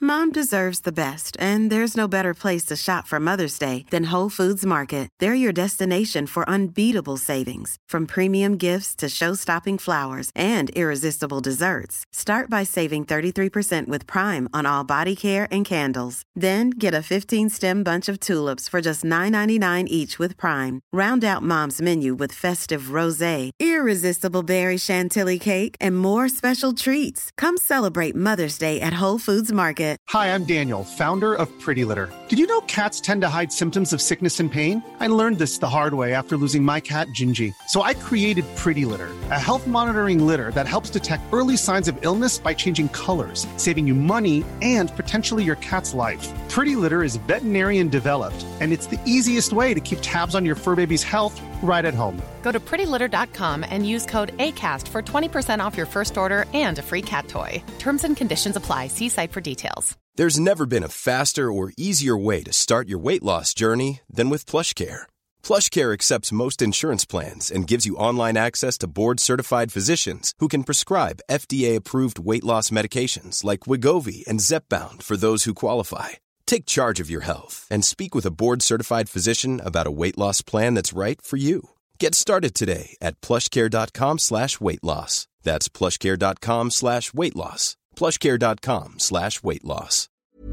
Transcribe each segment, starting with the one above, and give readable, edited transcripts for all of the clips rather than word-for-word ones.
Mom deserves the best, and there's no better place to shop for Mother's Day than Whole Foods Market. They're your destination for unbeatable savings, from premium gifts to show-stopping flowers and irresistible desserts. Start by saving 33% with Prime on all body care and candles. Then get a 15-stem bunch of tulips for just $9.99 each with Prime. Round out Mom's menu with festive rosé, irresistible berry chantilly cake, and more special treats. Come celebrate Mother's Day at Whole Foods Market. Hi, I'm Daniel, founder of Pretty Litter. Did you know cats tend to hide symptoms of sickness and pain? I learned this the hard way after losing my cat, Gingy. So I created Pretty Litter, a health monitoring litter that helps detect early signs of illness by changing colors, saving you money and potentially your cat's life. Pretty Litter is veterinarian developed, and it's the easiest way to keep tabs on your fur baby's health right at home. Go to prettylitter.com and use code ACAST for 20% off your first order and a free cat toy. Terms and conditions apply. See site for details. There's never been a faster or easier way to start your weight loss journey than with PlushCare. PlushCare accepts most insurance plans and gives you online access to board-certified physicians who can prescribe FDA-approved weight loss medications like Wegovy and Zepbound for those who qualify. Take charge of your health and speak with a board-certified physician about a weight loss plan that's right for you. Get started today at plushcare.com/weightloss. That's plushcare.com/weightloss. plushcare.com/weightloss.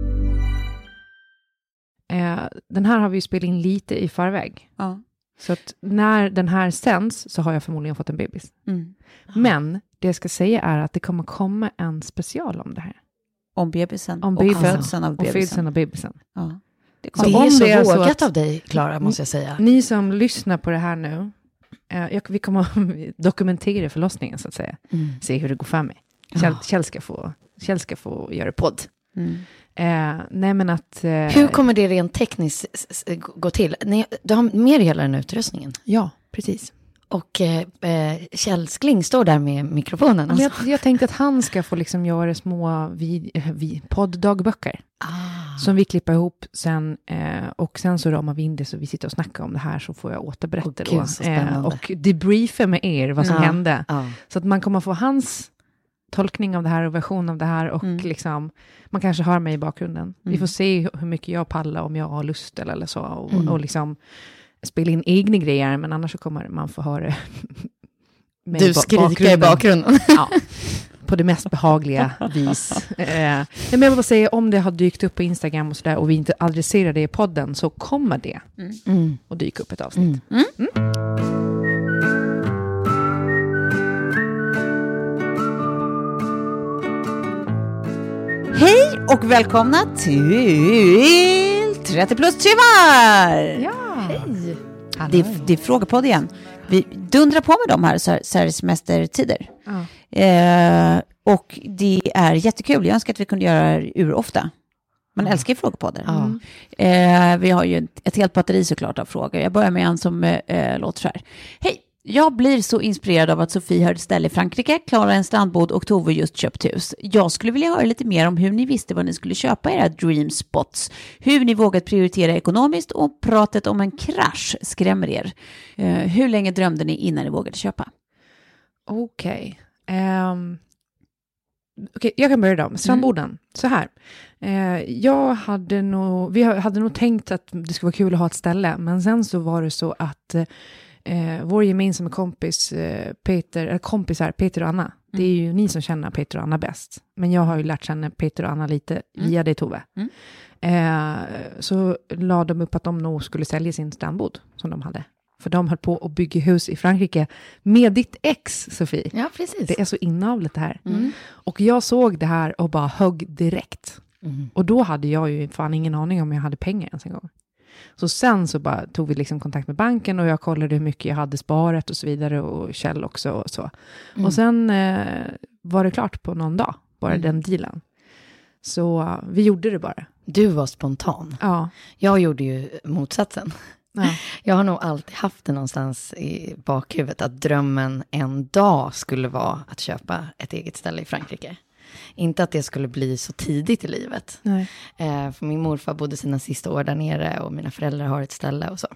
Den här har vi ju spelat in lite i förväg. Ja. Så att när den här sänds så har jag förmodligen fått en bebis. Men det jag ska säga är att det kommer komma en special om det här. Om bebisen. Om och bebisen. födseln av bebisen. Och födseln av bebisen. Ja. Det är så vågat av dig, Clara, måste jag säga. Ni som lyssnar på det här nu, vi kommer att dokumentera förlossningen så att säga. Se hur det går för mig. Kjell ska få göra podd. Nej, men att, hur kommer det rent tekniskt gå till? Du har med hela den utrustningen. Ja, precis. Och Kjell Skling står där med mikrofonen. Alltså. Jag tänkte att han ska få liksom göra små podddagböcker. Som vi klipper ihop sen. Och sen så ramar vi in det så vi sitter och snackar om det här, så får jag återberätta då. Och debriefa med er vad som hände. Så att man kommer få hans tolkning av det här och version av det här. Och liksom, man kanske hör mig i bakgrunden. Vi får se hur mycket jag pallar, om jag har lust eller så. Och liksom spela in egna grejer, men annars så kommer man få höra du skriker i bakgrunden. Ja, på det mest behagliga vis. Men jag vill bara säga, om det har dykt upp på Instagram och sådär och vi inte adresserar det i podden, så kommer det att dyka upp ett avsnitt. Hej och välkomna till 30 plus timmar! Ja, hej! Det är frågepodd igen. Vi dundrar på med dem här så här i semestertider. Och det är jättekul. Jag önskar att vi kunde göra det ofta. Man älskar ju frågepoddar. Vi har ju ett helt batteri såklart av frågor. Jag börjar med en som låter så här. Hej! Jag blir så inspirerad av att Sofie hörde ställe i Frankrike, Klara en strandbod och Tove just köpt hus. Jag skulle vilja höra lite mer om hur ni visste vad ni skulle köpa era dream spots. Hur ni vågat prioritera ekonomiskt och pratet om en krasch skrämmer er. Hur länge drömde ni innan ni vågade köpa? Okej, jag kan börja då med strandborden. Så här. Vi hade nog tänkt att det skulle vara kul att ha ett ställe, men sen så var det så att vår gemensamma kompis Peter och Anna. Det är ju ni som känner Peter och Anna bäst. Men jag har ju lärt känna Peter och Anna lite via dig, Tove. Så la de upp att de nog skulle sälja sin strandbod som de hade. För de höll på att bygga hus i Frankrike med ditt ex, Sofie. Ja, precis. Det är så inavlet det här. Och jag såg det här och bara högg direkt. Och då hade jag ju fan ingen aning om jag hade pengar ens en gång. Så sen så bara tog vi liksom kontakt med banken och jag kollade hur mycket jag hade sparat och så vidare, och Kjell också och så. Och sen var det klart på någon dag, bara den dealen. Så vi gjorde det bara. Du var spontan. Ja. Jag gjorde ju motsatsen. Ja. Jag har nog alltid haft det någonstans i bakhuvudet att drömmen en dag skulle vara att köpa ett eget ställe i Frankrike. Inte att det skulle bli så tidigt i livet. Nej. För min morfar bodde sina sista år där nere och mina föräldrar har ett ställe och så.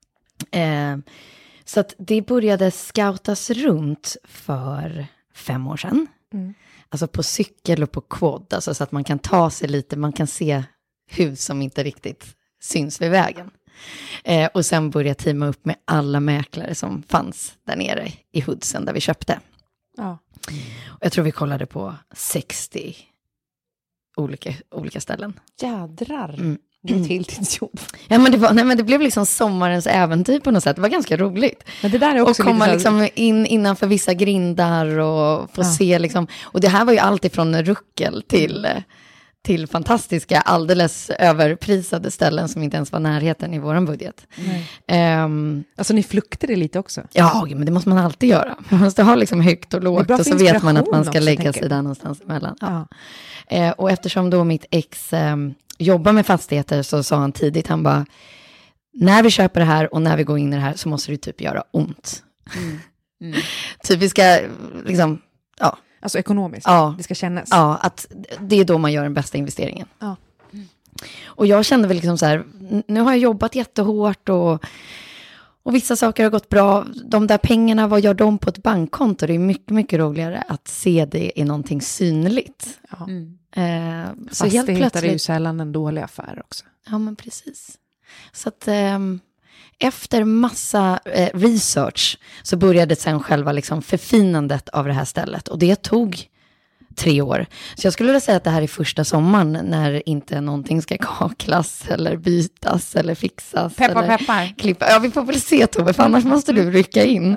Så att det började scoutas runt för 5 år sedan. alltså på cykel och på quad, alltså så att man kan ta sig lite, man kan se hus som inte riktigt syns vid vägen. Och sen började teama upp med alla mäklare som fanns där nere i Hoodsen där vi köpte. Ja. Och jag tror vi kollade på 60 olika ställen. Jädrar. Det är ett heltidsjobb. Ja, men det blev liksom sommarens äventyr på något sätt. Det var ganska roligt. Men det där är också och komma liksom in innanför vissa grindar och få se liksom. Och det här var ju allt ifrån ruckel till fantastiska, alldeles överprisade ställen som inte ens var närheten i våran budget. Alltså ni fluktade lite också? Ja, men det måste man alltid göra. Man måste ha liksom högt och lågt och så vet man att man ska lägga sig där någonstans emellan. Ja. Och eftersom då mitt ex jobbar med fastigheter så sa han tidigt, han bara, när vi köper det här och när vi går in i det här så måste det typ göra ont. Typ vi ska liksom, ja. Alltså ekonomiskt, ja. Det ska kännas. Ja, att det är då man gör den bästa investeringen. Ja. Och jag kände väl liksom så här, nu har jag jobbat jättehårt och vissa saker har gått bra. De där pengarna, vad gör de på ett bankkonto? Det är mycket, mycket roligare att se det i någonting synligt. Ja. Så helt plötsligt är ju sällan en dålig affär också. Ja, men precis. Så att efter massa research så började sen själva liksom förfinandet av det här stället. Och det tog 3 år. Så jag skulle vilja säga att det här är första sommaren när inte någonting ska kaklas eller bytas eller fixas. Peppar. Klippa. Ja, vi får väl se, Tove, för annars måste du rycka in.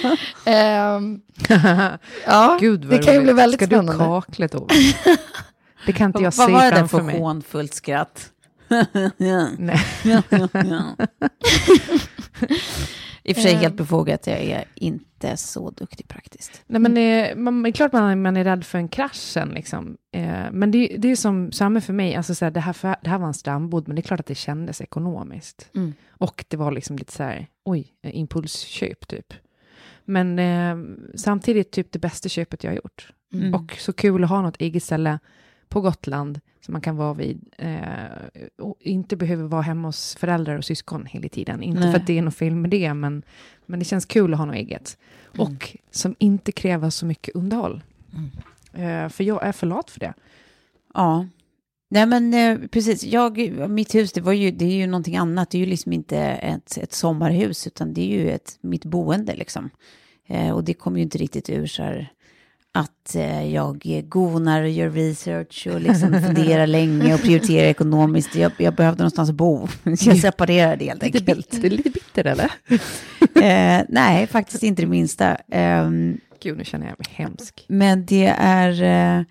Ja, Gud, det kan ju bli väldigt ska spännande. Ska du kakla, Tove? Det kan inte jag se framför mig. Vad var det för för hånfullt skratt? Nej. I och för sig helt befogat, jag är inte så duktig praktiskt. Nej, men det är klart man är rädd för en krasch sen liksom. Men det är som samma för mig, alltså så här, det här var en stambod, men det är klart att det kändes ekonomiskt. Och det var liksom lite så här, impulsköp typ. Men samtidigt typ det bästa köpet jag har gjort. Och så kul att ha något eget ställe på Gotland som man kan vara vid och inte behöver vara hemma hos föräldrar och syskon hela tiden. Inte för att det är någon fel med det, men det känns kul att ha något eget. Och som inte kräver så mycket underhåll. För jag är för lat för det. Ja. Nej, men precis. Mitt hus, det är ju någonting annat. Det är ju liksom inte ett sommarhus, utan det är ju mitt boende liksom. Och det kommer ju inte riktigt ur så här att jag gonar och gör research och liksom funderar länge och prioriterar ekonomiskt. Jag behövde någonstans att bo. Så jag separerade helt enkelt. Det är lite bitter, eller? Nej, faktiskt inte det minsta. Gud, nu känner jag mig hemsk. Men det är...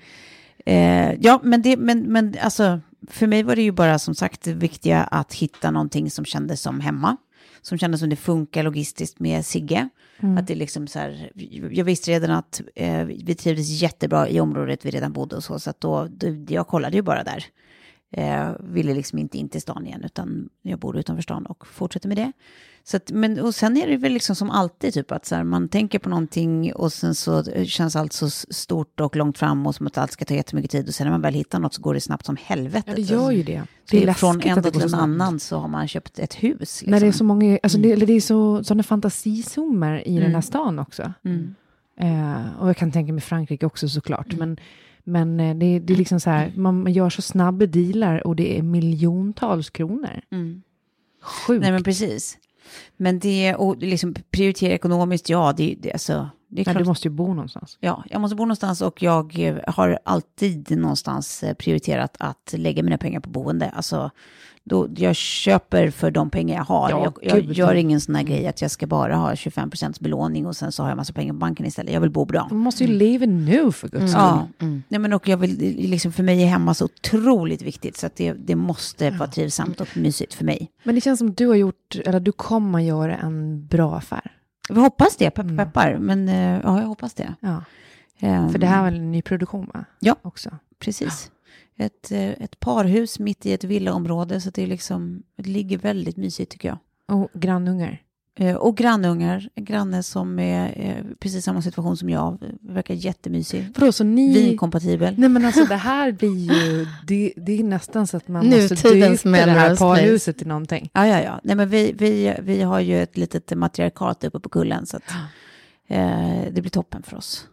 men alltså, för mig var det ju bara som sagt det viktiga att hitta någonting som kändes som hemma. Som kändes som det funkar logistiskt med Sigge. Att det liksom så här, jag visste redan att vi trivdes jättebra i området vi redan bodde och så att då jag kollade ju bara där. Ville liksom inte in till stan igen, utan jag bor utanför stan och fortsätter med det. Så att, och sen är det väl liksom som alltid typ att så här, man tänker på någonting och sen så känns allt så stort och långt fram och som att allt ska ta jättemycket tid och sen när man väl hittar något så går det snabbt som helvete. Ja, det gör ju det. Det är från en dag till en annan så har man köpt ett hus. Liksom. När det är så många, alltså det är sådana fantasizoner i den här stan också. Och jag kan tänka mig Frankrike också såklart, men det är liksom så här, man gör så snabba dealar och det är miljontals kronor. Sjukt. Nej, men precis. Men det, och liksom prioritera ekonomiskt, ja, alltså, det är klart. Du måste ju bo någonstans. Ja, jag måste bo någonstans och jag har alltid någonstans prioriterat att lägga mina pengar på boende. Alltså, jag köper för de pengar jag har. Ja, jag gör ingen sån här grej att jag ska bara ha 25% belåning och sen så har jag massa pengar på banken istället. Jag vill bo bra. Man måste ju leva nu för guds skull. Ja, nej, men och jag vill, liksom, för mig är hemma så otroligt viktigt så att det måste vara trivsamt och mysigt för mig. Men det känns som att du kommer göra en bra affär. Vi hoppas det, peppar. Men ja, jag hoppas det. Ja. För det här är väl en ny produktion, va? Ja, också. Precis. Ja. Ett parhus mitt i ett villaområde så det är liksom, det ligger väldigt mysigt tycker jag. Och grannungar. Och grannungar, en granne som är precis samma situation som jag, verkar jättemysig. Så ni... Vinkompatibel. Nej men alltså det här blir ju, det är nästan så att man måste döpa det här parhuset till någonting. Ja. Nej men vi har ju ett litet matriarkat uppe på kullen så att det blir toppen för oss.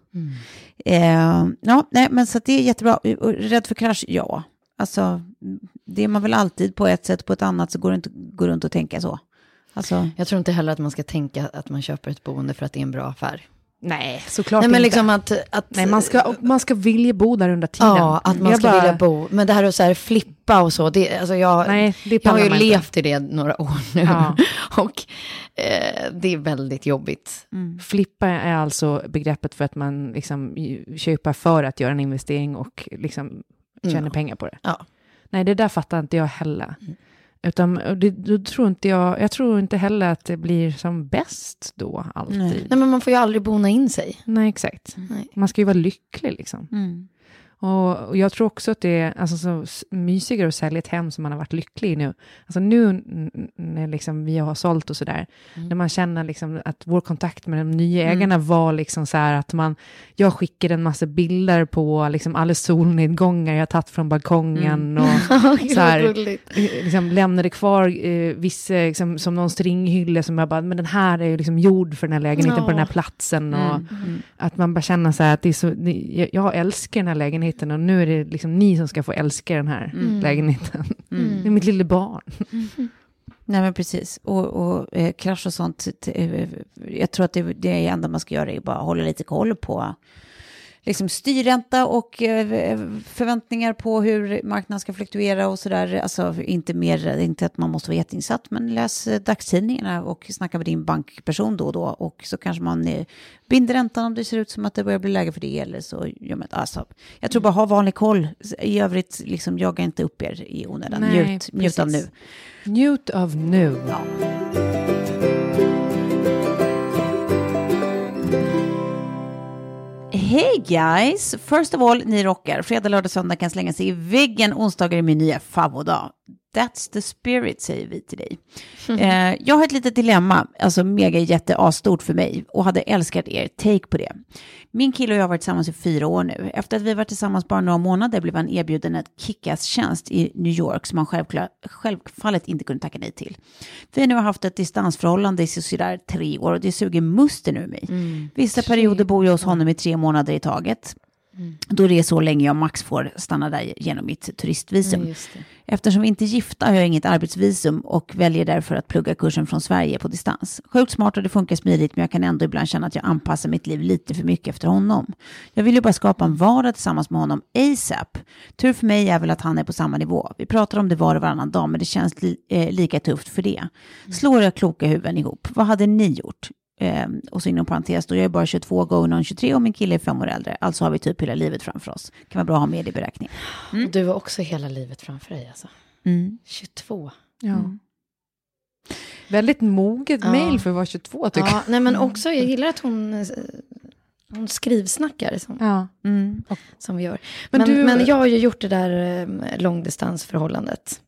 Men så att det är jättebra. Rädd för krasch, ja. Alltså, det är man väl alltid på ett sätt, på ett annat så går det inte gå runt och tänka så. Alltså. Jag tror inte heller att man ska tänka att man köper ett boende för att det är en bra affär. Nej, såklart men inte. Liksom nej, man ska vilja bo där under tiden. Ja, att man ska vilja bo. Men det här att så här flippa och så, det, alltså jag har ju levt i det några år nu. Ja. Och det är väldigt jobbigt. Flippa är alltså begreppet för att man liksom köper för att göra en investering och liksom tjänar pengar på det. Ja. Nej, det där fattar inte jag heller. Utan jag tror inte heller att det blir som bäst då alltid. Nej, men man får ju aldrig bona in sig. Nej, exakt. Man ska ju vara lycklig liksom. Och jag tror också att det är alltså, så mysigare att sälja ett hem som man har varit lycklig i nu. Alltså nu när liksom vi har sålt och sådär. När man känner liksom att vår kontakt med de nya ägarna var liksom så här att jag skickade en massa bilder på liksom alla solnedgångar jag tagit från balkongen. Och så här, liksom lämnade kvar vissa liksom, som någon stringhylla som jag bara, men den här är ju liksom gjord för den här lägenheten på den här platsen. Och att man bara känner så här att det är så, jag älskar den här lägenheten. Och nu är det liksom ni som ska få älska den här lägenheten. Det är mitt lilla barn. Nej, men precis. Och krasch och sånt. Jag tror att det enda man ska göra är bara hålla lite koll på liksom styrränta och förväntningar på hur marknaden ska fluktuera och sådär. Alltså inte att man måste vara jätteinsatt, men läs dagstidningarna och snacka med din bankperson då och då. Och så kanske man binder räntan om det ser ut som att det börjar bli läge för det. Eller så gör man jag tror bara ha vanlig koll. I övrigt liksom jaga inte upp er i onödan. Njut av nu. Njut av nu. Ja. Hej guys! First of all, ni rockar. Fredag, lördag, söndag kan slänga sig i väggen. Onsdagar är min nya favoritdag. That's the spirit, säger vi till dig. Jag har ett litet dilemma, alltså stort för mig och hade älskat er take på det. Min kille och jag har varit tillsammans i 4 år nu. Efter att vi varit tillsammans bara några månader blev han erbjuden ett kick-ass-tjänst i New York som han självfallet inte kunde tacka nej till. Vi har nu haft ett distansförhållande i sådär 3 år och det suger musten ur mig. Vissa perioder bor jag hos honom i 3 månader i taget. Då det är så länge jag max får stanna där genom mitt turistvisum. Eftersom vi inte är gifta har jag inget arbetsvisum och väljer därför att plugga kursen från Sverige på distans. Sjukt smart och det funkar smidigt, men jag kan ändå ibland känna att jag anpassar mitt liv lite för mycket efter honom. Jag vill ju bara skapa en vardag tillsammans med honom ASAP. Tur för mig är väl att han är på samma nivå. Vi pratar om det var och varannan dag, men det känns lika tufft för det. Slår jag kloka huvuden ihop. Vad hade ni gjort? Och så inom parentes, då jag är bara 22, going on 23 och min kille är 5 år äldre. Alltså har vi typ hela livet framför oss. Kan vara bra att ha med i beräkningen. Och du har också hela livet framför dig alltså. 22. Ja. Väldigt moget mejl för att vara 22 tycker jag. Nej, men också, jag gillar att hon skrivsnackar som vi gör. Men jag har ju gjort det där långdistansförhållandet.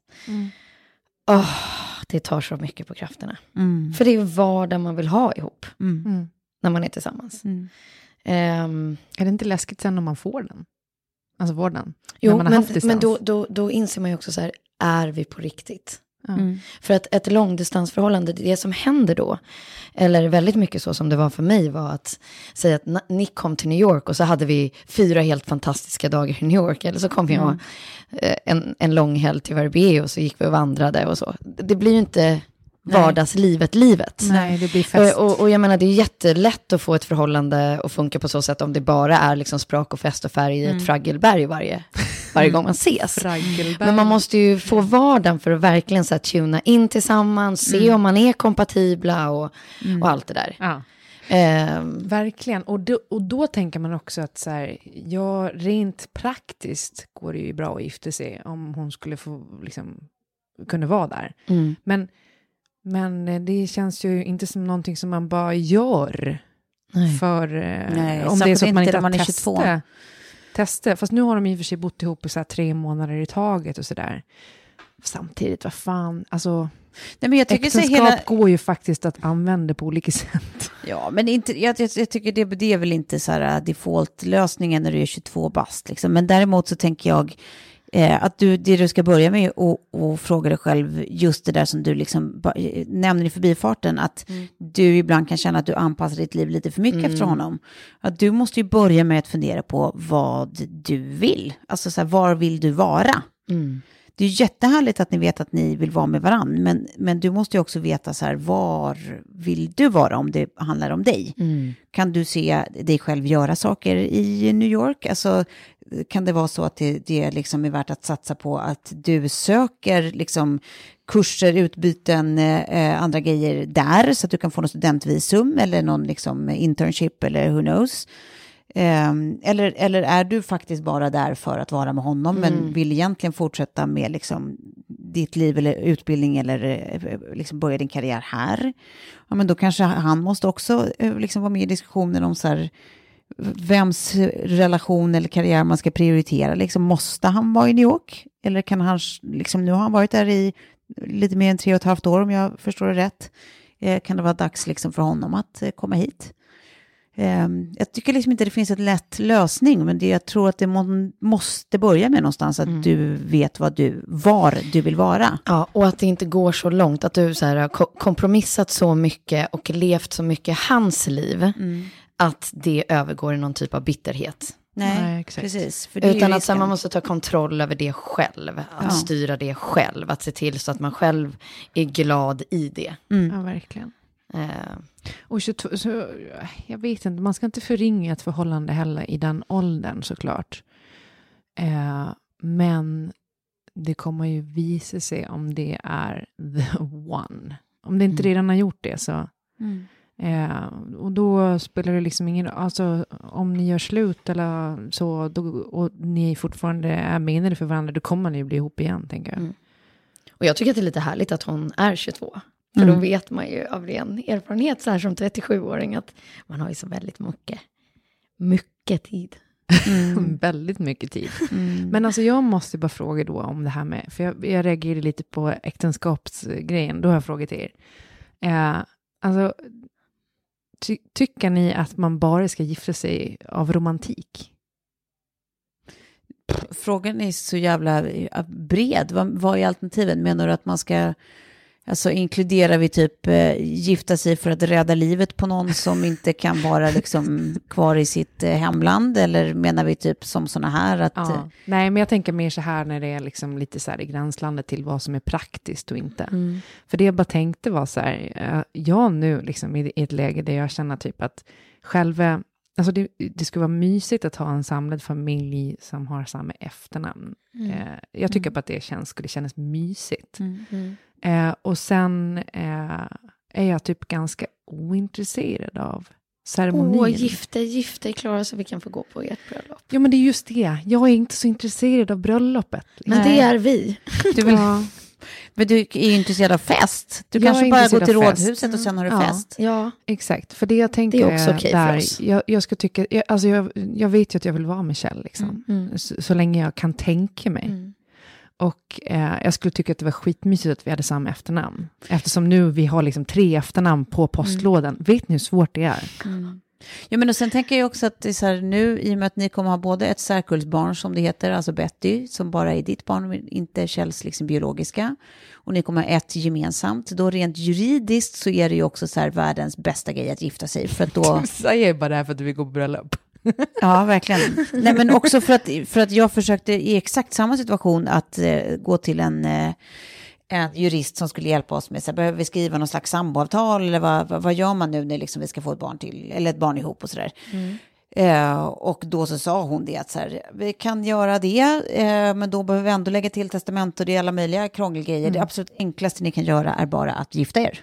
Det tar så mycket på krafterna. För det är vardag man vill ha ihop. När man är tillsammans. Är det inte läskigt sen när man får den? Alltså vården? Jo, men då inser man ju också så här, är vi på riktigt? För att ett långdistansförhållande, det som händer då, eller väldigt mycket så som det var för mig, var att säga att Nick kom till New York och så hade vi 4 helt fantastiska dagar i New York, eller så kom jag en lång helg till Verbier och så gick vi och vandrade och så. Det blir ju inte vardagslivet. Nej, det blir fest. Och jag menar, det är jättelätt att få ett förhållande att funka på så sätt om det bara är liksom språk och fest och färg i ett fraggelberg varje gång man ses. Men man måste ju få vardagen för att verkligen så här, tuna in tillsammans, se om man är kompatibla och allt det där. Ja. Verkligen. Och då tänker man också att så här, rent praktiskt går det ju bra att gifta sig om hon skulle få liksom kunna vara där. Men det känns ju inte som någonting som man bara gör. Nej. Om det är så att man inte har testa. Fast nu har de i och för sig bott ihop i så här 3 månader i taget och sådär. Samtidigt, vad fan, alltså... Nej, men jag tycker äktenskap går ju faktiskt att använda på olika sätt. Ja, men inte, jag tycker det är väl inte så här default-lösningen när du är 22 bast. Liksom. Men däremot så tänker jag Att det du ska börja med och fråga dig själv just det där som du liksom nämner i förbifarten, att du ibland kan känna att du anpassar ditt liv lite för mycket efter honom. Att du måste ju börja med att fundera på vad du vill. Alltså så här, var vill du vara? Det är jättehärligt att ni vet att ni vill vara med varandra, men du måste ju också veta så här, var vill du vara om det handlar om dig? Kan du se dig själv göra saker i New York? Alltså, kan det vara så att det liksom är värt att satsa på att du söker liksom kurser, utbyten, andra grejer där, så att du kan få något studentvisum eller någon liksom internship eller who knows? Eller är du faktiskt bara där för att vara med honom men vill egentligen fortsätta med liksom ditt liv eller utbildning eller liksom börja din karriär här? Ja, men då kanske han måste också liksom vara med i diskussionen om så här, vems relation eller karriär man ska prioritera. Liksom, måste han vara i New York? Eller kan han, liksom, nu har han varit där i lite mer än 3,5 år om jag förstår det rätt. Kan det vara dags liksom för honom att komma hit? Jag tycker liksom inte det finns ett lätt lösning, men jag tror att det måste börja med någonstans att du vet var du vill vara. Ja, och att det inte går så långt, att du så här har kompromissat så mycket och levt så mycket hans liv att det övergår i någon typ av bitterhet. Nej, precis. För utan att man måste ta kontroll över det själv, att styra det själv, att se till så att man själv är glad i det. Ja, verkligen. Och 22, så, jag vet inte, man ska inte förringa ett förhållande heller i den åldern såklart. Men det kommer ju visa sig om det är the one. Om det inte redan har gjort det så. Och då spelar det liksom ingen, alltså om ni gör slut eller så då, och ni fortfarande är menade för varandra, då kommer ni bli ihop igen, tänker jag. Och jag tycker att det är lite härligt att hon är 22. För då vet man ju av ren erfarenhet så här som 37-åring att man har ju så väldigt mycket tid. Väldigt mycket tid. Men alltså jag måste bara fråga då om det här med, för jag reagerade lite på äktenskapsgrejen, då har jag frågat er. Alltså tycker ni att man bara ska gifta sig av romantik? Frågan är så jävla bred. Vad är alternativen? Menar du att man ska, alltså inkluderar vi typ gifta sig för att rädda livet på någon som inte kan vara liksom kvar i sitt hemland? Eller menar vi typ som såna här att... Ja. Nej, men jag tänker mer så här när det är liksom lite så här i gränslandet till vad som är praktiskt och inte. För det jag bara tänkte var så här, jag nu liksom i ett läge där jag känner typ att själva, alltså det skulle vara mysigt att ha en samlad familj som har samma efternamn. Jag tycker på att det skulle kännas mysigt. Och sen är jag typ ganska ointresserad av ceremonin. Gift dig Klara så vi kan få gå på ert bröllop. Ja, men det är just det. Jag är inte så intresserad av bröllopet. Men det är vi. Du vill... Men du är ju intresserad av fest. Du kanske bara går till rådhuset och sen har du fest. Ja, exakt. För det jag tänker det är också okej för oss. Jag ska tycka, jag vet ju att jag vill vara med Kjell liksom. Så länge jag kan tänka mig. Och jag skulle tycka att det var skitmysigt att vi hade samma efternamn. Eftersom nu vi har liksom 3 efternamn på postlådan. Vet ni hur svårt det är? Ja, men och sen tänker jag också att det är så här nu, i och med att ni kommer ha både ett särkullsbarn som det heter, alltså Betty, som bara är ditt barn, inte Kjells liksom biologiska. Och ni kommer ha ett gemensamt. Då rent juridiskt så är det ju också så här världens bästa grej att gifta sig. För att då... Du säger bara det här för att du vill gå på bröllop. Ja, verkligen. Nej, men också för att jag försökte i exakt samma situation att gå till en jurist som skulle hjälpa oss med så här, behöver vi skriva någon slags samboavtal eller vad gör man nu när liksom vi ska få ett barn till eller ett barn ihop och sådär. Och då så sa hon det att så här, vi kan göra det men då behöver vi ändå lägga till testament och det är alla möjliga krångelgrejer. Det absolut enklaste ni kan göra är bara att gifta er.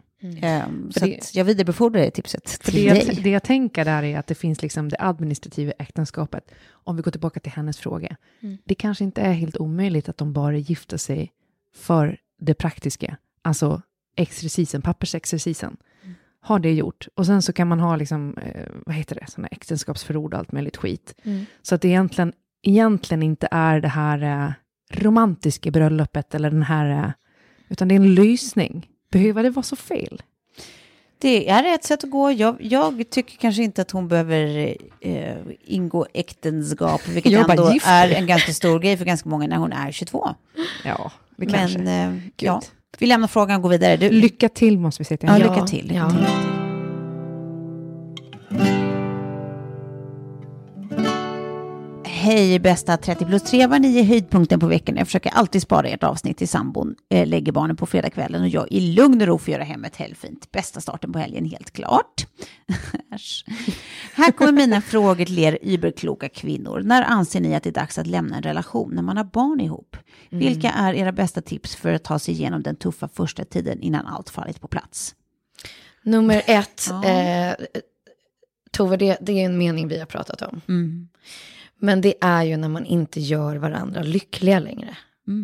Så att jag vidarebefordrar det tipset till dig. Det jag tänker där är att det finns liksom det administrativa äktenskapet. Om vi går tillbaka till hennes fråga. Det kanske inte är helt omöjligt att de bara gifter sig för det praktiska. Alltså exercisen, pappersexercisen. Har det gjort. Och sen så kan man ha liksom, vad heter det? Sådana äktenskapsförord och allt möjligt skit. Så att det egentligen inte är det här romantiska bröllopet eller den här, utan det är en lysning. Behöver det vara så fel? Det är ett sätt att gå. Jag tycker kanske inte att hon behöver ingå äktenskap, vilket ändå är en ganska stor grej för ganska många när hon är 22. Ja, det kanske. Men ja, vi lämnar frågan och går vidare. Lycka till måste vi säga till. Ja, lycka till. Ja. Hej bästa 30+3, vad ni är höjdpunkten på veckan. Jag försöker alltid spara ert avsnitt till sambon. Lägger barnen på fredagskvällen och jag i lugn och ro får göra hemmet helgfint. Bästa starten på helgen, helt klart. Här kommer mina frågor till er überkloka kvinnor. När anser ni att det är dags att lämna en relation när man har barn ihop? Vilka är era bästa tips för att ta sig igenom den tuffa första tiden innan allt fallit på plats? Nummer 1, Tove, det är en mening vi har pratat om. Men det är ju när man inte gör varandra lyckliga längre.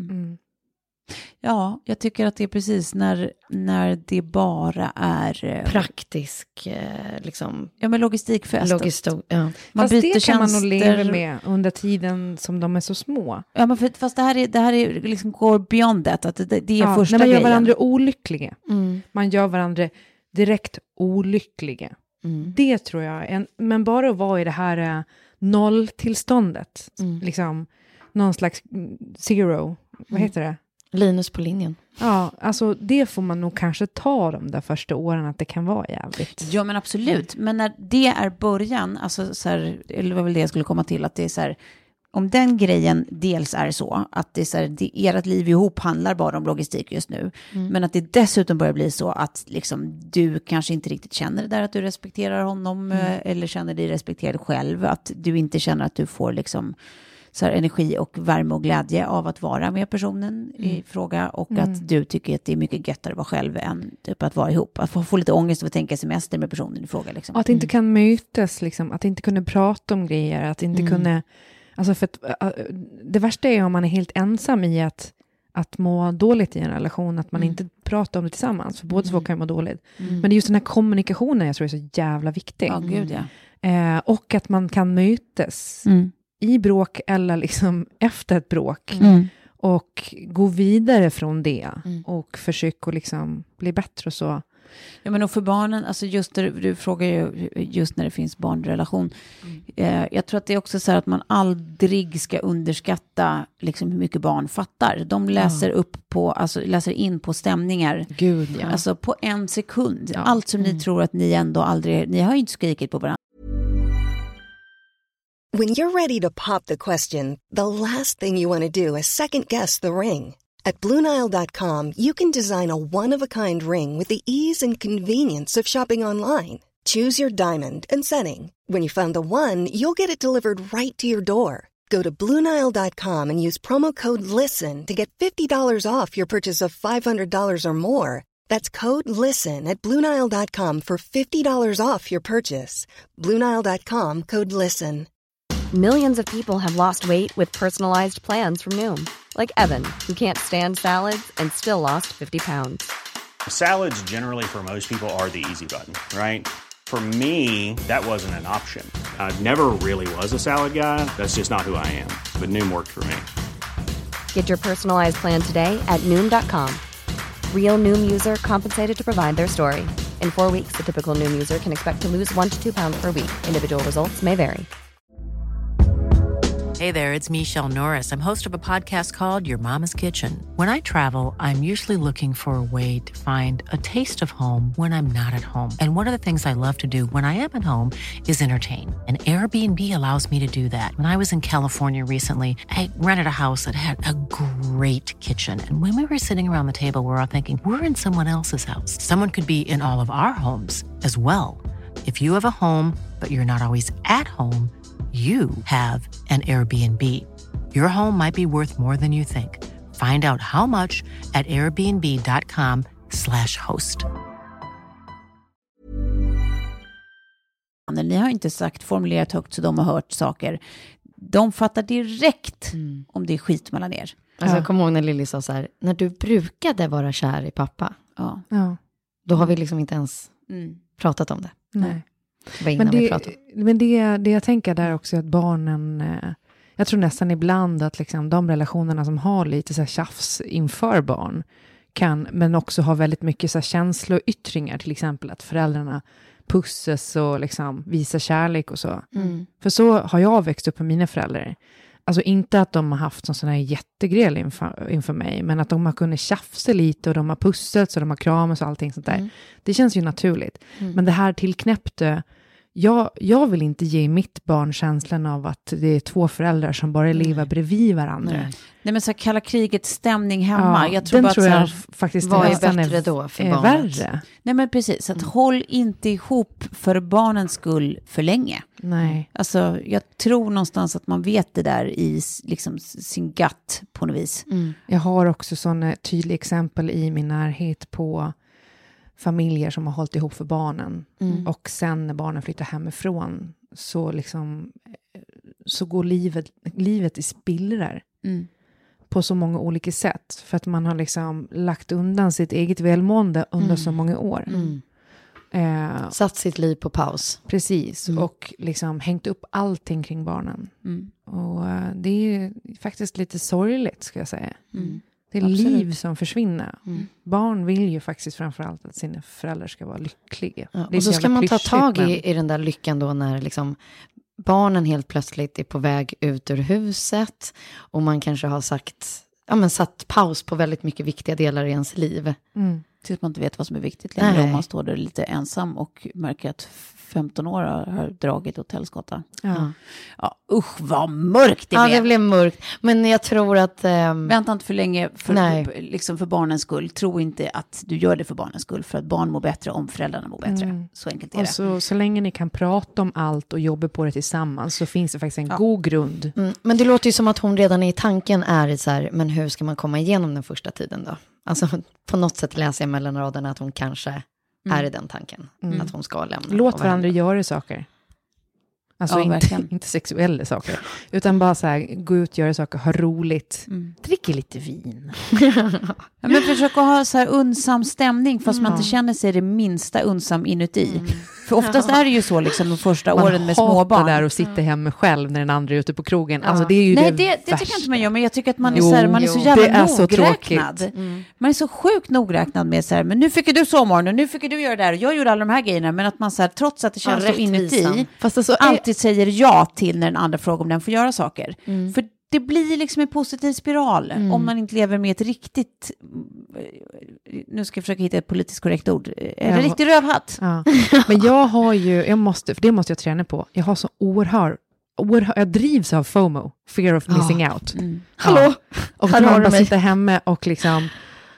Ja, jag tycker att det är precis när det bara är praktisk liksom. Ja, men logistikfest. Ja. Man byter det kan man nog leva med under tiden som de är så små. Ja, men fast det här är liksom går beyond that, att det är första när man gör grejen. varandra olyckliga. Man gör varandra direkt olyckliga. Det tror jag. Men bara att vara i det här nolltillståndet. Liksom någon slags zero. Vad heter det? Linus på linjen. Ja, alltså det får man nog kanske ta de där första åren att det kan vara jävligt. Ja, men absolut. Men när det är början, alltså så här, eller vad väl det jag skulle komma till, att det är så här, om den grejen dels är så, att det är så här, ert liv ihop handlar bara om logistik just nu, men att det dessutom börjar bli så att liksom, du kanske inte riktigt känner det där att du respekterar honom, eller känner dig respekterad själv, att du inte känner att du får liksom så här, energi och värme och glädje av att vara med personen i fråga, och att du tycker att det är mycket göttare att vara själv än typ att vara ihop. Att få lite ångest av att tänka semester med personen i fråga. Liksom. Och att inte kan mötas, liksom, att inte kunna prata om grejer, att inte kunna... Alltså för att, det värsta är om man är helt ensam i att må dåligt i en relation, att man inte pratar om det tillsammans, för båda två kan ju må dåligt. Men det är just den här kommunikationen jag tror är så jävla viktig. Ja, gud, ja. Och att man kan mötas i bråk eller liksom efter ett bråk och gå vidare från det och försöka liksom bli bättre och så. Ja, men och för barnen, alltså just du frågar ju just när det finns barnrelation. Jag tror att det är också så här att man aldrig ska underskatta liksom hur mycket barn fattar. De läser upp på, alltså läser in på stämningar. Gud, ja. Alltså på en sekund. Ja. Allt som ni tror att ni ändå aldrig, ni har ju inte skrikit på varandra. When you're ready to pop the question, the last thing you want to do is second guess the ring. At BlueNile.com, you can design a one-of-a-kind ring with the ease and convenience of shopping online. Choose your diamond and setting. When you find the one, you'll get it delivered right to your door. Go to BlueNile.com and use promo code LISTEN to get $50 off your purchase of $500 or more. That's code LISTEN at BlueNile.com for $50 off your purchase. BlueNile.com, code LISTEN. Millions of people have lost weight with personalized plans from Noom. Like Evan, who can't stand salads and still lost 50 pounds. Salads generally for most people are the easy button, right? For me, that wasn't an option. I never really was a salad guy. That's just not who I am. But Noom worked for me. Get your personalized plan today at Noom.com. Real Noom user compensated to provide their story. In 4 weeks, the typical Noom user can expect to lose 1 to 2 pounds per week. Individual results may vary. Hey there, it's Michelle Norris. I'm host of a podcast called Your Mama's Kitchen. When I travel, I'm usually looking for a way to find a taste of home when I'm not at home. And one of the things I love to do when I am at home is entertain. And Airbnb allows me to do that. When I was in California recently, I rented a house that had a great kitchen. And when we were sitting around the table, we were all thinking, we're in someone else's house. Someone could be in all of our homes as well. If you have a home, but you're not always at home, you have an Airbnb. Your home might be worth more than you think. Find out how much at airbnb.com/host. Ni har inte formulerat högt så de har hört saker. De fattar direkt om det är skit mellan er. Alltså jag kommer ihåg när Lilly sa så här, när du brukade vara kär i pappa, då har vi liksom inte ens pratat om det. Nej. Men det jag tänker där också är att barnen, jag tror nästan ibland att liksom de relationerna som har lite så här tjafs inför barn kan, men också har väldigt mycket så här känsloyttringar, till exempel att föräldrarna pussas och liksom visar kärlek och så. För så har jag växt upp med mina föräldrar. Alltså inte att de har haft sån här jättegräl inför mig, men att de har kunnat tjafsa lite och de har pussats och de har kramas och allting sånt där. Det känns ju naturligt. Men det här tillknäppte, jag vill inte ge mitt barn känslan av att det är två föräldrar som bara lever bredvid varandra. Nej, men så kalla krigets stämning hemma. Ja, jag tror den att tror jag faktiskt vad är bättre då för barnet? Värre. Nej, men precis. Att håll inte ihop för barnens skull för länge. Nej. Alltså, jag tror någonstans att man vet det där i liksom sin gut på något vis. Jag har också sådana tydliga exempel i min närhet på familjer som har hållit ihop för barnen. Och sen när barnen flyttar hemifrån så går livet i spillror. På så många olika sätt. För att man har liksom lagt undan sitt eget välmående under så många år. Satt sitt liv på paus. Precis. Och liksom hängt upp allting kring barnen. Och det är faktiskt lite sorgligt, ska jag säga. Det är liv som försvinner. Barn vill ju faktiskt framförallt att sina föräldrar ska vara lyckliga. Ja, och så ska man ta tag i den där lyckan då när liksom barnen helt plötsligt är på väg ut ur huset. Och man kanske har satt paus på väldigt mycket viktiga delar i ens liv. Tills man inte vet vad som är viktigt längre. Om man står där lite ensam och märker att 15 år har dragit åt helskotta. Ja, usch vad mörkt det blev. Ja, det blev mörkt. Men jag tror att... Vänta inte för länge för barnens skull. Tro inte att du gör det för barnens skull. För att barn mår bättre om föräldrarna mår bättre. Så enkelt är det. Och så länge ni kan prata om allt och jobba på det tillsammans så finns det faktiskt en god grund. Men det låter ju som att hon redan i tanken är så här, men hur ska man komma igenom den första tiden då? Alltså på något sätt läser jag mellan raderna att hon kanske är i den tanken. Att hon ska lämna. Låt varandra göra saker. Alltså inte sexuella saker. Utan bara så här, gå ut och göra saker, ha roligt. Dricka lite vin. Men försök att ha så här unsam stämning fast man inte känner sig det minsta unsam inuti. För oftast är det ju så liksom de första åren med småbarn. Man hatar där och sitta hemma själv när den andra är ute på krogen. Alltså det är ju det tycker jag inte man gör, men jag tycker att man är så jävla nogräknad. Man är så sjukt nogräknad med så här, men nu fick du sommaren och nu fick du göra det där och jag gjorde alla de här grejerna, men att man så här, trots att det känns så inuti fast alltså, alltid säger ja till när den andra frågar om den får göra saker. För det blir liksom en positiv spiral om man inte lever med ett riktigt, nu ska jag försöka hitta ett politiskt korrekt ord, en riktig rövhatt. Ja. Men det måste jag träna på. Jag har så jag drivs av FOMO, fear of missing out. Hallå? Och då man bara sitter hemma och liksom,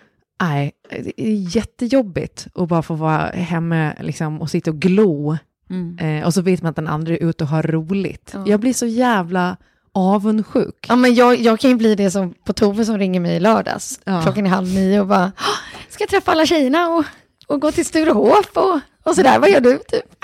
det är jättejobbigt att bara få vara hemma liksom, och sitta och glo. Och så vet man att den andra är ute och har roligt. Jag blir så jävla avundsjuk. Ja, men jag kan ju bli det som på Tove som ringer mig i lördags. Klockan är 8:30 och bara, ska jag träffa alla tjejerna och gå till Sturehof och sådär. Vad gör du typ?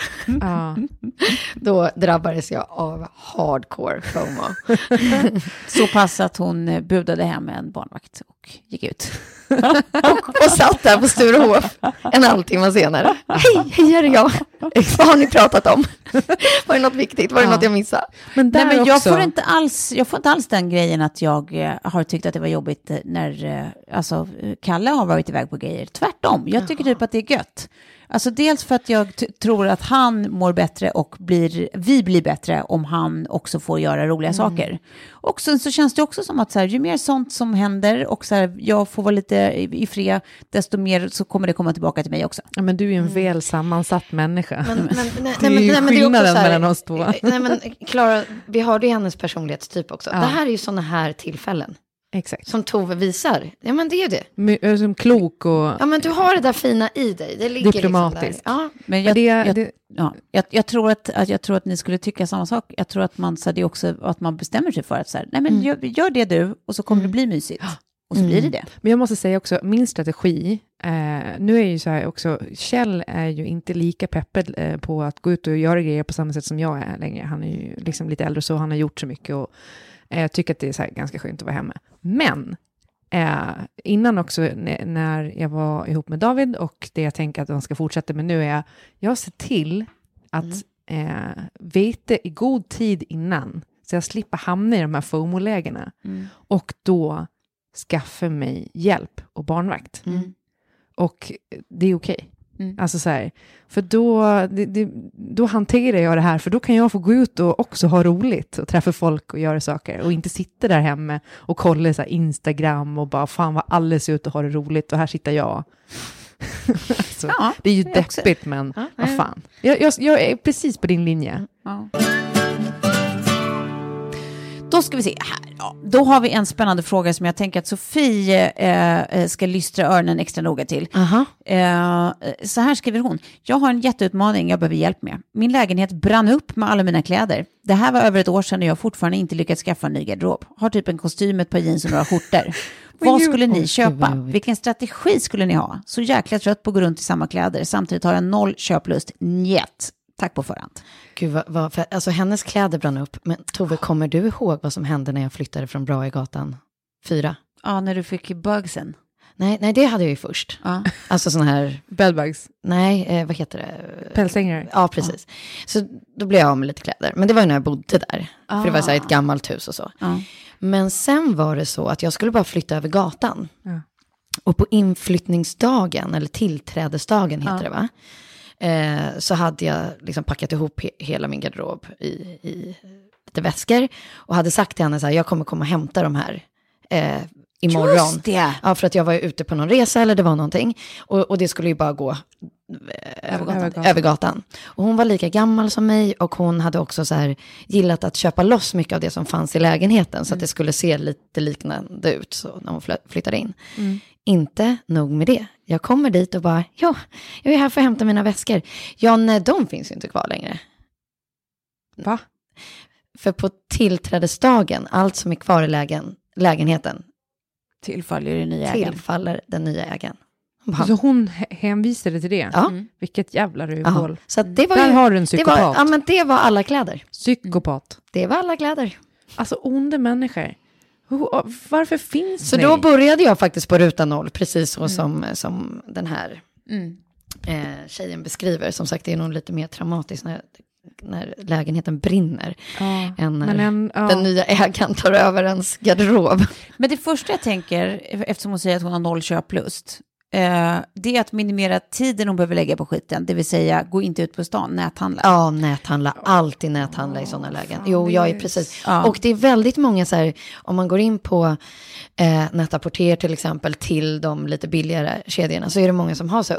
Då drabbades jag av hardcore FOMO. Så pass att hon budade hem en barnvakt och gick ut. och satt där på Sturehof en halvtimme senare. Hej, är det jag? Vad har ni pratat om? Var det något viktigt? Var det något jag missade? Men jag får inte alls den grejen att jag har tyckt att det var jobbigt när Kalle har varit iväg på grejer. Tvärtom, jag tycker typ att det är gött. Alltså dels för att jag tror att han mår bättre och vi blir bättre om han också får göra roliga saker. Och sen så känns det också som att så här, ju mer sånt som händer och så här, jag får vara lite i fred, desto mer så kommer det komma tillbaka till mig också. Ja, men du är ju en väl sammansatt människa. Det är ju skillnaden mellan oss två. Nej, men Klara, vi hörde ju hennes personlighetstyp också. Det här är ju såna här tillfällen. Exakt. Som Tove visar. Ja, men det är ju det. Som klok och... Ja, men du har det där fina i dig. Det ligger diplomatiskt. Liksom där. Men jag tror att ni skulle tycka samma sak. Jag tror att man så det är också att man bestämmer sig för att så här, nej men gör det du och så kommer det bli mysigt. Och så blir det. Men jag måste säga också, min strategi, nu är ju så här också, Kjell är ju inte lika peppad på att gå ut och göra grejer på samma sätt som jag är längre. Han är ju liksom lite äldre så han har gjort så mycket och jag tycker att det är så här ganska skönt att vara hemma. Men innan också när jag var ihop med David och det jag tänker att de ska fortsätta med nu är jag ser till att veta i god tid innan så jag slipper hamna i de här FOMO-lägena och då skaffa mig hjälp och barnvakt. Och det är okej. Alltså så här, för då hanterar jag det här, för då kan jag få gå ut och också ha roligt och träffa folk och göra saker och inte sitta där hemma och kolla så här Instagram och bara fan vad alla ser ut och har det roligt och här sitter jag. Alltså, det är ju deppigt, men vad fan. Jag är precis på din linje. Då ska vi se här. Ja, då har vi en spännande fråga som jag tänker att Sofie ska lystra öronen extra noga till. Så här skriver hon. Jag har en jätteutmaning jag behöver hjälp med. Min lägenhet brann upp med alla mina kläder. Det här var över ett år sedan och jag har fortfarande inte lyckats skaffa en ny garderob. Har typ en kostym, ett par jeans och några skjortor. Vad skulle ni köpa? Vilken strategi skulle ni ha? Så jäkla trött på att gå runt i samma kläder. Samtidigt har jag 0 köplust. Njet. Tack på förhand. Gud, alltså hennes kläder brann upp. Men Tove, kommer du ihåg vad som hände när jag flyttade från Brahegatan 4? Ja, när du fick bugsen. Nej, det hade jag ju först. Alltså sån här... Bedbugs. Nej, vad heter det? Pälsängare. Ja, precis. Så då blev jag av med lite kläder. Men det var ju när jag bodde där. För det var så här ett gammalt hus och så. Men sen var det så att jag skulle bara flytta över gatan. Och på inflyttningsdagen, eller tillträdesdagen heter det va? Så hade jag liksom packat ihop hela min garderob i lite väskor. Och hade sagt till henne så här, jag kommer komma och hämta de här imorgon. Just det! Ja, för att jag var ute på någon resa eller det var någonting. Och det skulle ju bara gå över gatan. Och hon var lika gammal som mig och hon hade också så här gillat att köpa loss mycket av det som fanns i lägenheten. Så att det skulle se lite liknande ut så när hon flyttade in. Inte nog med det. Jag kommer dit och bara, jag är här för att hämta mina väskor. Ja, nej, de finns ju inte kvar längre. Va? För på tillträdesdagen, allt som är kvar i lägenheten tillfaller den nya ägaren. Så hon hänvisade till det? Ja. Vilket jävla rövhål. Så det var där ju, har du en psykopat. Det var alla kläder. Psykopat. Det var alla kläder. Alltså onda människor. Varför finns så ni? Då började jag faktiskt på ruta 0, precis så som den här tjejen beskriver. Som sagt, det är nog lite mer traumatiskt när lägenheten brinner än när den nya ägaren tar över ens garderob. Men det första jag tänker, eftersom hon säger att hon har 0 köplust, det är att minimera tiden hon behöver lägga på skiten. Det vill säga, gå inte ut på stan, näthandla. Ja, näthandla. Alltid näthandla i sådana lägen. Jo, jag är precis. Ja. Och det är väldigt många så här, om man går in på Net-a-Porter till exempel till de lite billigare kedjorna, så är det många som har så här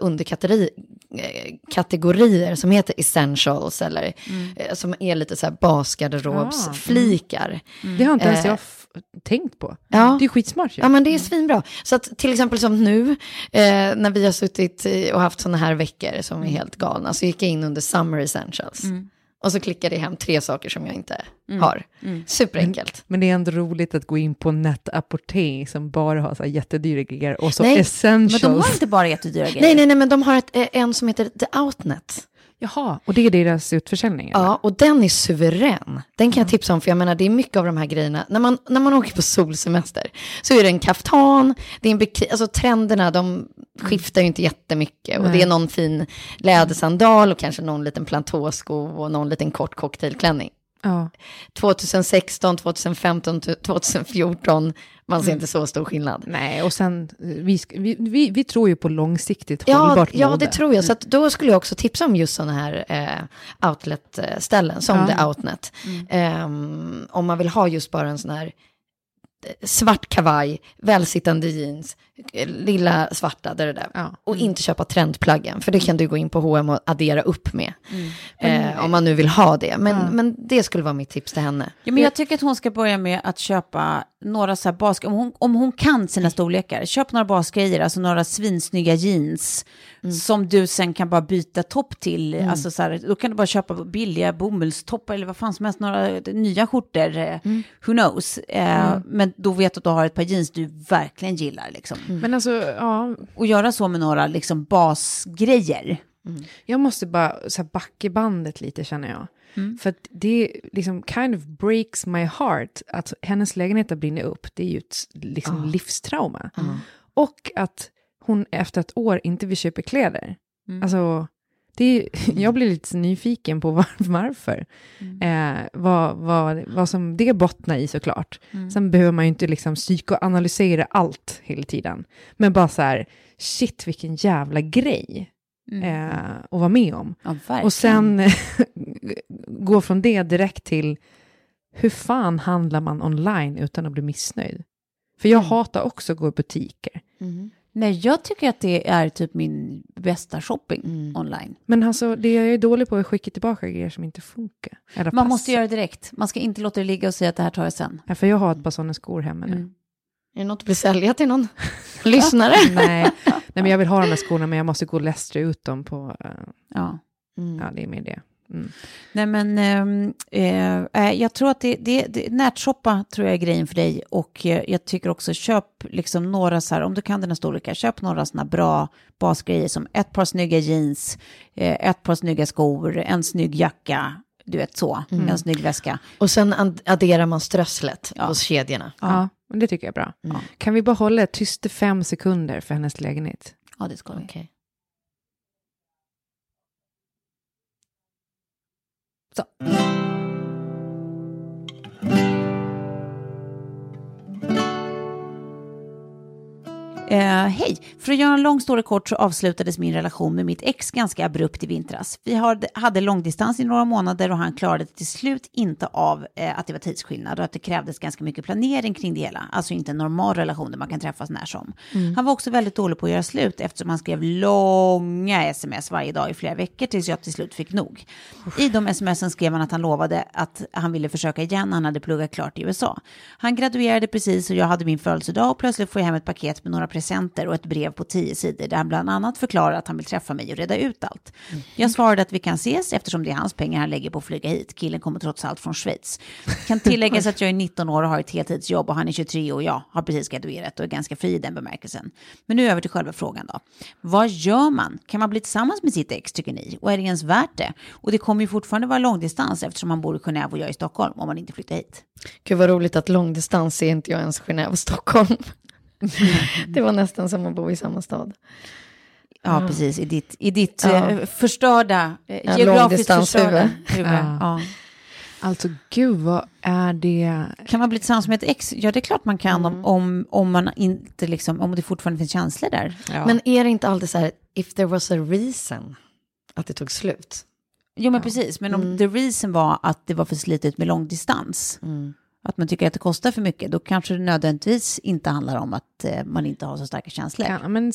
underkategorier som heter essentials eller som är lite så här basgarderobsflikar. Det har inte ens jag tänkt på. Ja. Det är skitsmart ju. Ja, men det är svinbra. Så att till exempel som nu, när vi har suttit och haft såna här veckor som är helt galna, så gick jag in under Summer Essentials. Och så klickade jag hem 3 saker som jag inte har. Superenkelt. Men det är ändå roligt att gå in på Net-a-Porter som bara har så här jättedyra grejer. Och så essentials. Men de har inte bara jättedyra grejer. Nej, men de har en som heter The Outnet. Jaha, och det är deras utförsäljning? Eller? Ja, och den är suverän. Den kan jag tipsa om, för jag menar, det är mycket av de här grejerna. När man åker på solsemester så är det en kaftan, det är en alltså trenderna, de skiftar ju inte jättemycket. Och det är någon fin lädersandal och kanske någon liten platåsko och någon liten kort cocktailklänning. Ja. 2016, 2015, 2014, man ser inte så stor skillnad. Nej, och sen, vi tror ju på långsiktigt hållbart mode. Ja, det tror jag. Så att då skulle jag också tipsa om just sådana här outlet-ställen som The Outnet. Om man vill ha just bara en sån här svart kavaj, välsittande jeans, lilla svarta där. Och inte köpa trendplaggen, för det kan du gå in på H&M och addera upp med. Om man nu vill ha det. Men det skulle vara mitt tips till henne. Ja, men jag tycker att hon ska börja med att köpa några så här om hon kan sina storlekar, köp några basgrejer, alltså några svinsnygga jeans som du sen kan bara byta topp till. Alltså så här, då kan du bara köpa billiga bomullstoppar eller vad fan som helst, några nya skjortor, who knows. Men då vet du att du har ett par jeans du verkligen gillar liksom. Men alltså, ja. Och göra så med några liksom basgrejer. Jag måste bara så här backa bandet lite, känner jag. För att det liksom kind of breaks my heart att hennes lägenhet brinner upp. Det är ju ett liksom livstrauma. Och att hon efter ett år inte vill köpa kläder. Alltså, jag blir lite nyfiken på varför. Vad som det bottnar i såklart. Sen behöver man ju inte liksom psykoanalysera allt hela tiden. Men bara så här, shit vilken jävla grej att vara med om. Ja, och sen gå från det direkt till hur fan handlar man online utan att bli missnöjd? För jag hatar också att gå i butiker. Nej, jag tycker att det är typ min bästa shopping online. Men alltså, det är jag dålig på att skicka tillbaka grejer som inte funkar. Man måste göra det direkt. Man ska inte låta det ligga och säga att det här tar jag sen. Ja, för jag har ett par sådana skor hemma nu. Är det något att bli sälja till någon lyssnare? Nej, men jag vill ha de här skorna, men jag måste gå och lästra ut dem på... Ja, det är mer det. Nej, men jag tror att det nätshoppa tror jag är grejen för dig, och jag tycker också köp liksom några så här, om du kan den här storleken, köp några såna bra basgrejer som ett par snygga jeans, ett par snygga skor, en snygg jacka, du vet så, en snygg väska. Och sen adderar man strösslet hos kedjorna. Ja, men det tycker jag är bra. Kan vi bara hålla tyst 5 sekunder för hennes lägenhet? Ja, det ska vi. Okay. Så. Hej, för att göra en lång story kort så avslutades min relation med mitt ex ganska abrupt i vintras. Vi hade långdistans i några månader och han klarade till slut inte av att det var tidsskillnad och att det krävdes ganska mycket planering kring det hela. Alltså inte en normal relation där man kan träffas när som. Han var också väldigt dålig på att göra slut eftersom han skrev långa sms varje dag i flera veckor tills jag till slut fick nog. I de smsen skrev han att han lovade att han ville försöka igen. Han hade pluggat klart i USA. Han graduerade precis och jag hade min födelsedag och plötsligt får jag hem ett paket med några presenter och ett brev på 10 sidor där han bland annat förklarar att han vill träffa mig och reda ut allt. Jag svarade att vi kan ses eftersom det är hans pengar han lägger på att flyga hit. Killen kommer trots allt från Schweiz. Kan tilläggas att jag är 19 år och har ett heltidsjobb och han är 23 och jag har precis graduerat och är ganska fri i den bemärkelsen. Men nu över till själva frågan då. Vad gör man? Kan man bli tillsammans med sitt ex tycker ni? Och är det ens värt det? Och det kommer ju fortfarande vara långdistans eftersom han bor i Genève och jag är i Stockholm om man inte flyttar hit. Gud vad roligt att långdistans är inte jag ens Genève och Stockholm. Det var nästan som att bo i samma stad. Ja, precis. I ditt förstörda, geografiskt förstörda huvud. Ja. Alltså, gud, vad är det? Kan man bli tillsammans med ett ex? Ja, det är klart man kan om man inte liksom, om det fortfarande finns känslor där. Ja. Men är det inte alltid så här, if there was a reason att det tog slut? Jo, men precis. Men om the reason var att det var för slitet med långdistans, att man tycker att det kostar för mycket, då kanske det nödvändigtvis inte handlar om att man inte har så starka känslor. Ja, men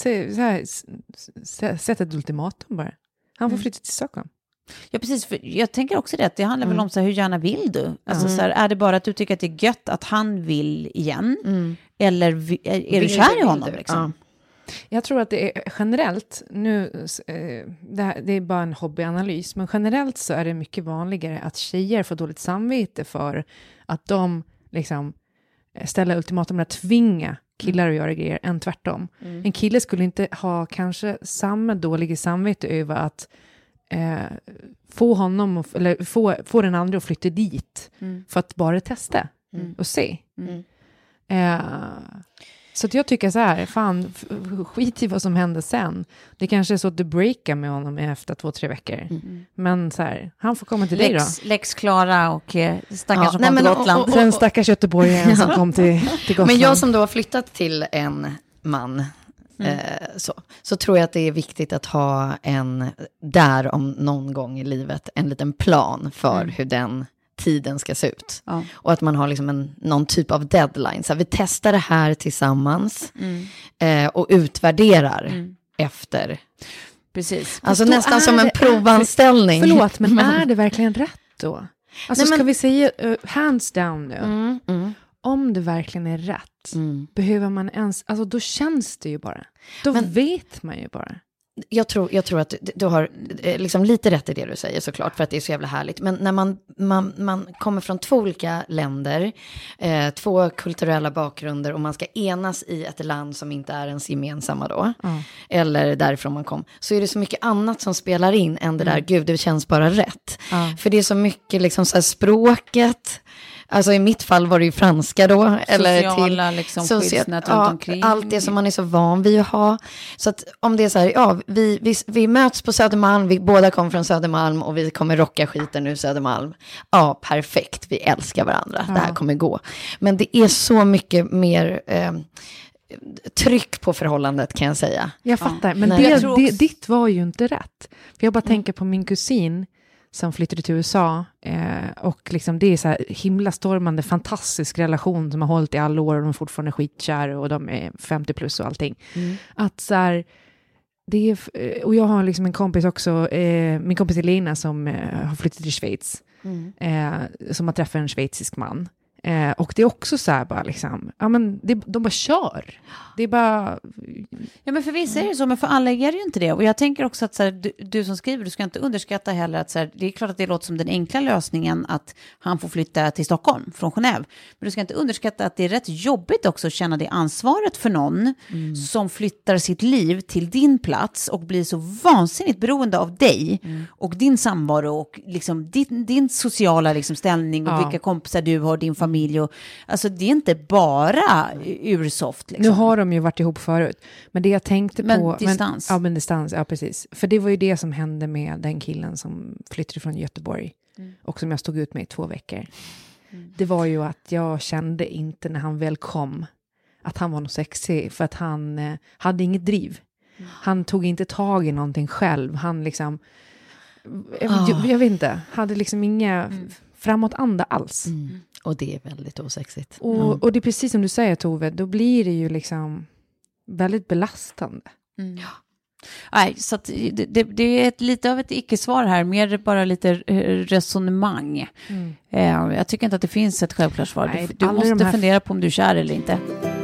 sätt ett ultimatum bara. Han får flytta till Stockholm. Ja, precis. För jag tänker också det, att det handlar väl om så här, hur gärna vill du? Alltså så här, är det bara att du tycker att det är gött att han vill igen? Eller är du kär i honom liksom? Ja. Jag tror att det är generellt, nu, det är bara en hobbyanalys, men generellt så är det mycket vanligare att tjejer får dåligt samvete för att de liksom ställer ultimatum att tvinga killar att göra grejer än tvärtom. En kille skulle inte ha kanske samma dåliga samvete över att få honom eller få den andra att flytta dit för att bara testa och se. Så att jag tycker så här, fan, skit i vad som händer sen. Det kanske är så att du breakar med honom efter 2-3 veckor. Men så här, han får komma till dig då. Lex Klara och stackars som kom till Gotland. Och en stackars göteborgare som kom till Gotland. Men jag som då har flyttat till en man, så tror jag att det är viktigt att ha där om någon gång i livet en liten plan för hur den tiden ska se ut. Ja. Och att man har liksom någon typ av deadline. Så vi testar det här tillsammans och utvärderar efter. Precis. Alltså nästan som en provanställning. Förlåt, men är det verkligen rätt då? Alltså ska vi säga hands down nu? Om det verkligen är rätt, behöver man ens, alltså då känns det ju bara. Då vet man ju bara. Jag tror att du har liksom lite rätt i det du säger såklart, för att det är så jävla härligt. Men när man kommer från 2 olika länder, 2 kulturella bakgrunder, och man ska enas i ett land som inte är ens gemensamma då, eller därifrån man kom, så är det så mycket annat som spelar in än det där, gud, det känns bara rätt. För det är så mycket liksom så här, språket, Alltså i mitt fall var det ju franska då. Sociala till, liksom, skyddsnät runt omkring. Allt det som man är så van vid att ha. Så att om det är så här, vi möts på Södermalm, vi båda kommer från Södermalm och vi kommer rocka skiten ur Södermalm. Ja, perfekt, vi älskar varandra, det här kommer gå. Men det är så mycket mer... tryck på förhållandet kan jag säga. Jag fattar, men ditt var ju inte rätt. För jag bara tänker på min kusin som flyttade till USA och liksom det är så här himla stormande, fantastisk relation som har hållit i alla år och de är fortfarande skitkär och de är 50 plus och allting. Att så här, det är, och jag har liksom en kompis också, min kompis Elina som har flyttat till Schweiz som har träffat en schweizisk man. Och det är också så här bara liksom, ja men de bara kör. Det är bara... Ja men för vissa är det så, men för alla är det ju inte det. Och jag tänker också att så här, du som skriver, du ska inte underskatta heller att så här, det är klart att det låter som den enkla lösningen att han får flytta till Stockholm från Genève. Men du ska inte underskatta att det är rätt jobbigt också att känna det ansvaret för någon som flyttar sitt liv till din plats och blir så vansinnigt beroende av dig och din samvaro och liksom din sociala liksom ställning och vilka kompisar du har, din familj. Och, alltså det är inte bara ursoft. Liksom. Nu har de ju varit ihop förut. Men det jag tänkte på... Distans. Men distans, ja precis. För det var ju det som hände med den killen som flyttade från Göteborg. Och som jag stod ut med i 2 veckor. Det var ju att jag kände inte när han väl kom att han var något sexig. För att han hade inget driv. Han tog inte tag i någonting själv. Han liksom... Jag vet inte. Hade liksom inga framåtanda alls. Och det är väldigt osexigt. Och det är precis som du säger, Tove, då blir det ju liksom väldigt belastande. Nej, så att det är lite av ett icke-svar här, mer bara lite resonemang. Jag tycker inte att det finns ett självklart svar. Nej, du måste fundera på om du är kär eller inte.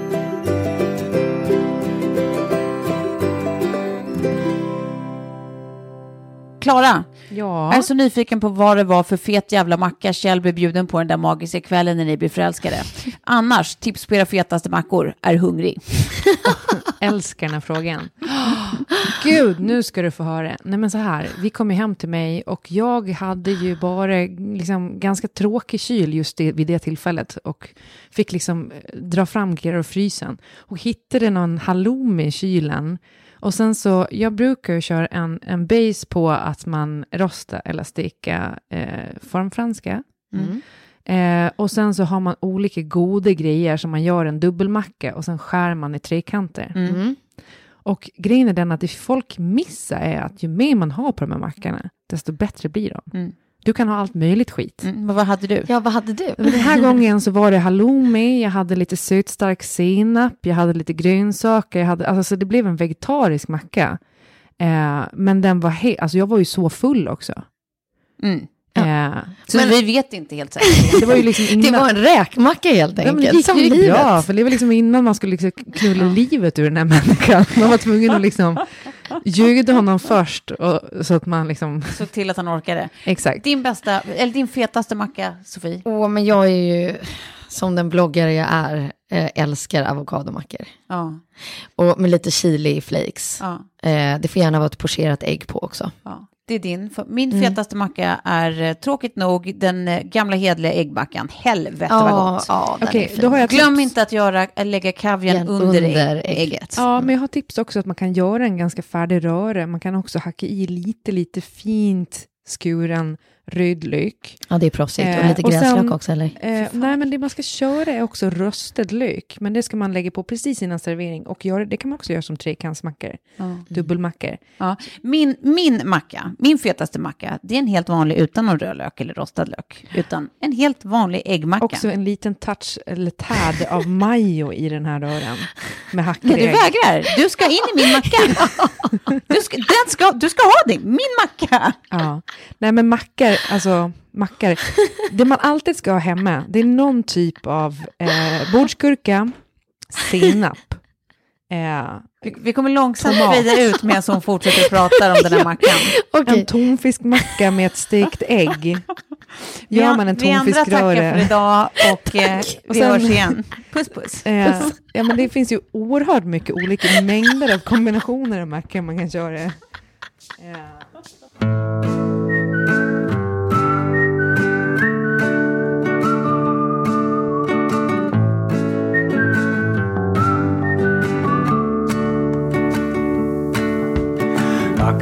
Klara, jag är så nyfiken på vad det var för fet jävla macka Kjell blev bjuden på den där magiska kvällen när ni blev förälskade. Annars, tips på era fetaste mackor, är hungrig. Älskar den här frågan. Gud, nu ska du få höra. Nej men så här, vi kom ju hem till mig och jag hade ju bara liksom ganska tråkig kyl just vid det tillfället och fick liksom dra fram grejer och frysen och hittade någon halloumi i kylen. Och sen så, jag brukar köra en base på att man rostar eller stekar formfranska. Och sen så har man olika goda grejer som man gör en dubbelmacka och sen skär man i trekanter. Och grejen är den att det folk missar är att ju mer man har på de här mackorna, desto bättre blir de. Du kan ha allt möjligt skit. Men vad hade du? Ja, vad hade du? Den här gången så var det halloumi, jag hade lite sötstark senap, jag hade lite grönsaker, alltså det blev en vegetarisk macka. Men den var alltså jag var ju så full också. Så men vi vet inte helt säkert. Det var ju liksom innan... Det var en räkmacka helt enkelt. Ja, det gick ju bra, för det var liksom innan man skulle liksom knulla livet ur den här människan. Man var tvungen att liksom ljuga honom först så att man liksom... Såg till att han orkade. Exakt. Din fetaste macka, Sofie? Men jag är ju, som den bloggare jag är, älskar avokadomackor. Ja. Och med lite chili flakes. Ja. Det får gärna vara ett pocherat ägg på också. Ja. Det är din. Min fetaste macka är tråkigt nog den gamla hedliga äggmackan. Helvete vad gott. Ja, okay, då har jag glöm inte att lägga kavian under ägget. Ja, men jag har tips också att man kan göra en ganska färdig röre. Man kan också hacka i lite fint skuren rödlök. Ja, det är proffsigt. Och lite gräslök också, eller? Nej, men det man ska köra är också röstad lök. Men det ska man lägga på precis innan servering. Och det kan man också göra som trekantsmackor. Dubbelmackor. Ja. Min macka, min fetaste macka, det är en helt vanlig utan någon rödlök eller rostad lök. Utan en helt vanlig äggmacka. Också en liten touch eller tärd av majo i den här rören. Med hackade ägg. Du vägrar. Du ska in i min macka. Du ska ha det. Min macka. Ja. Nej, men mackor, det man alltid ska ha hemma, det är någon typ av bordsgurka, senap. Vi kommer långsamt vrida ut med som fortsätter prata om den här mackan. Okay. En tonfiskmacka med ett stekt ägg. Gör man en tonfiskröre. Vi andra tackar för idag och vi hörs igen. Puss. Ja, men det finns ju oerhört mycket olika mängder av kombinationer av mackor man kan köra.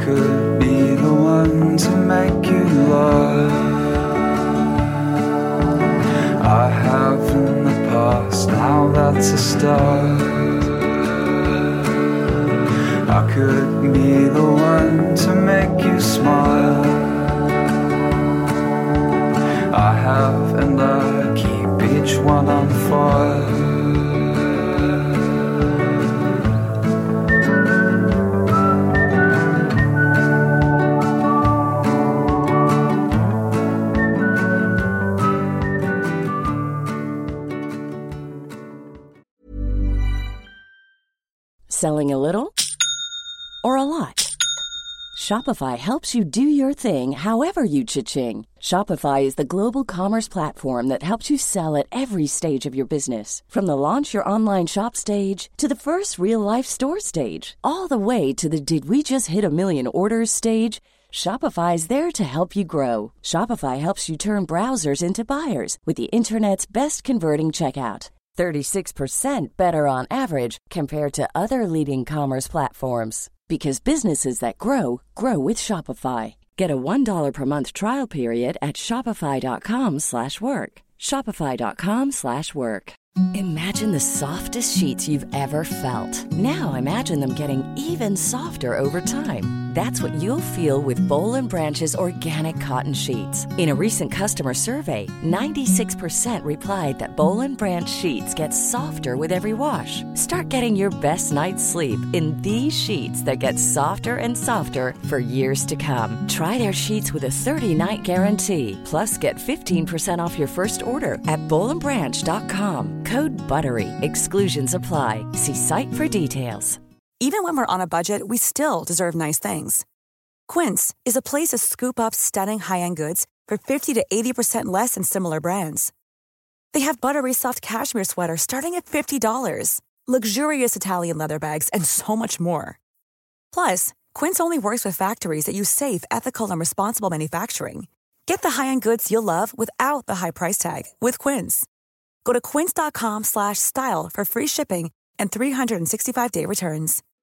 could be the one to make you love. I have in the past, now that's a start. I could be the one to make you smile. I have and I keep each one on fire. Selling a little or a lot? Shopify helps you do your thing however you cha-ching. Shopify is the global commerce platform that helps you sell at every stage of your business. From the launch your online shop stage to the first real-life store stage, all the way to the did we just hit a million orders stage. Shopify is there to help you grow. Shopify helps you turn browsers into buyers with the internet's best converting checkout. 36% better on average compared to other leading commerce platforms. Because businesses that grow, grow with Shopify. Get a $1 per month trial period at shopify.com/work. Shopify.com/work. Imagine the softest sheets you've ever felt. Now imagine them getting even softer over time. That's what you'll feel with Boll & Branch's organic cotton sheets. In a recent customer survey, 96% replied that Boll & Branch sheets get softer with every wash. Start getting your best night's sleep in these sheets that get softer and softer for years to come. Try their sheets with a 30-night guarantee. Plus, get 15% off your first order at bollandbranch.com. Code BUTTERY. Exclusions apply. See site for details. Even when we're on a budget, we still deserve nice things. Quince is a place to scoop up stunning high-end goods for 50 to 80% less than similar brands. They have buttery soft cashmere sweaters starting at $50, luxurious Italian leather bags, and so much more. Plus, Quince only works with factories that use safe, ethical, and responsible manufacturing. Get the high-end goods you'll love without the high price tag with Quince. Go to quince.com/style for free shipping and 365-day returns.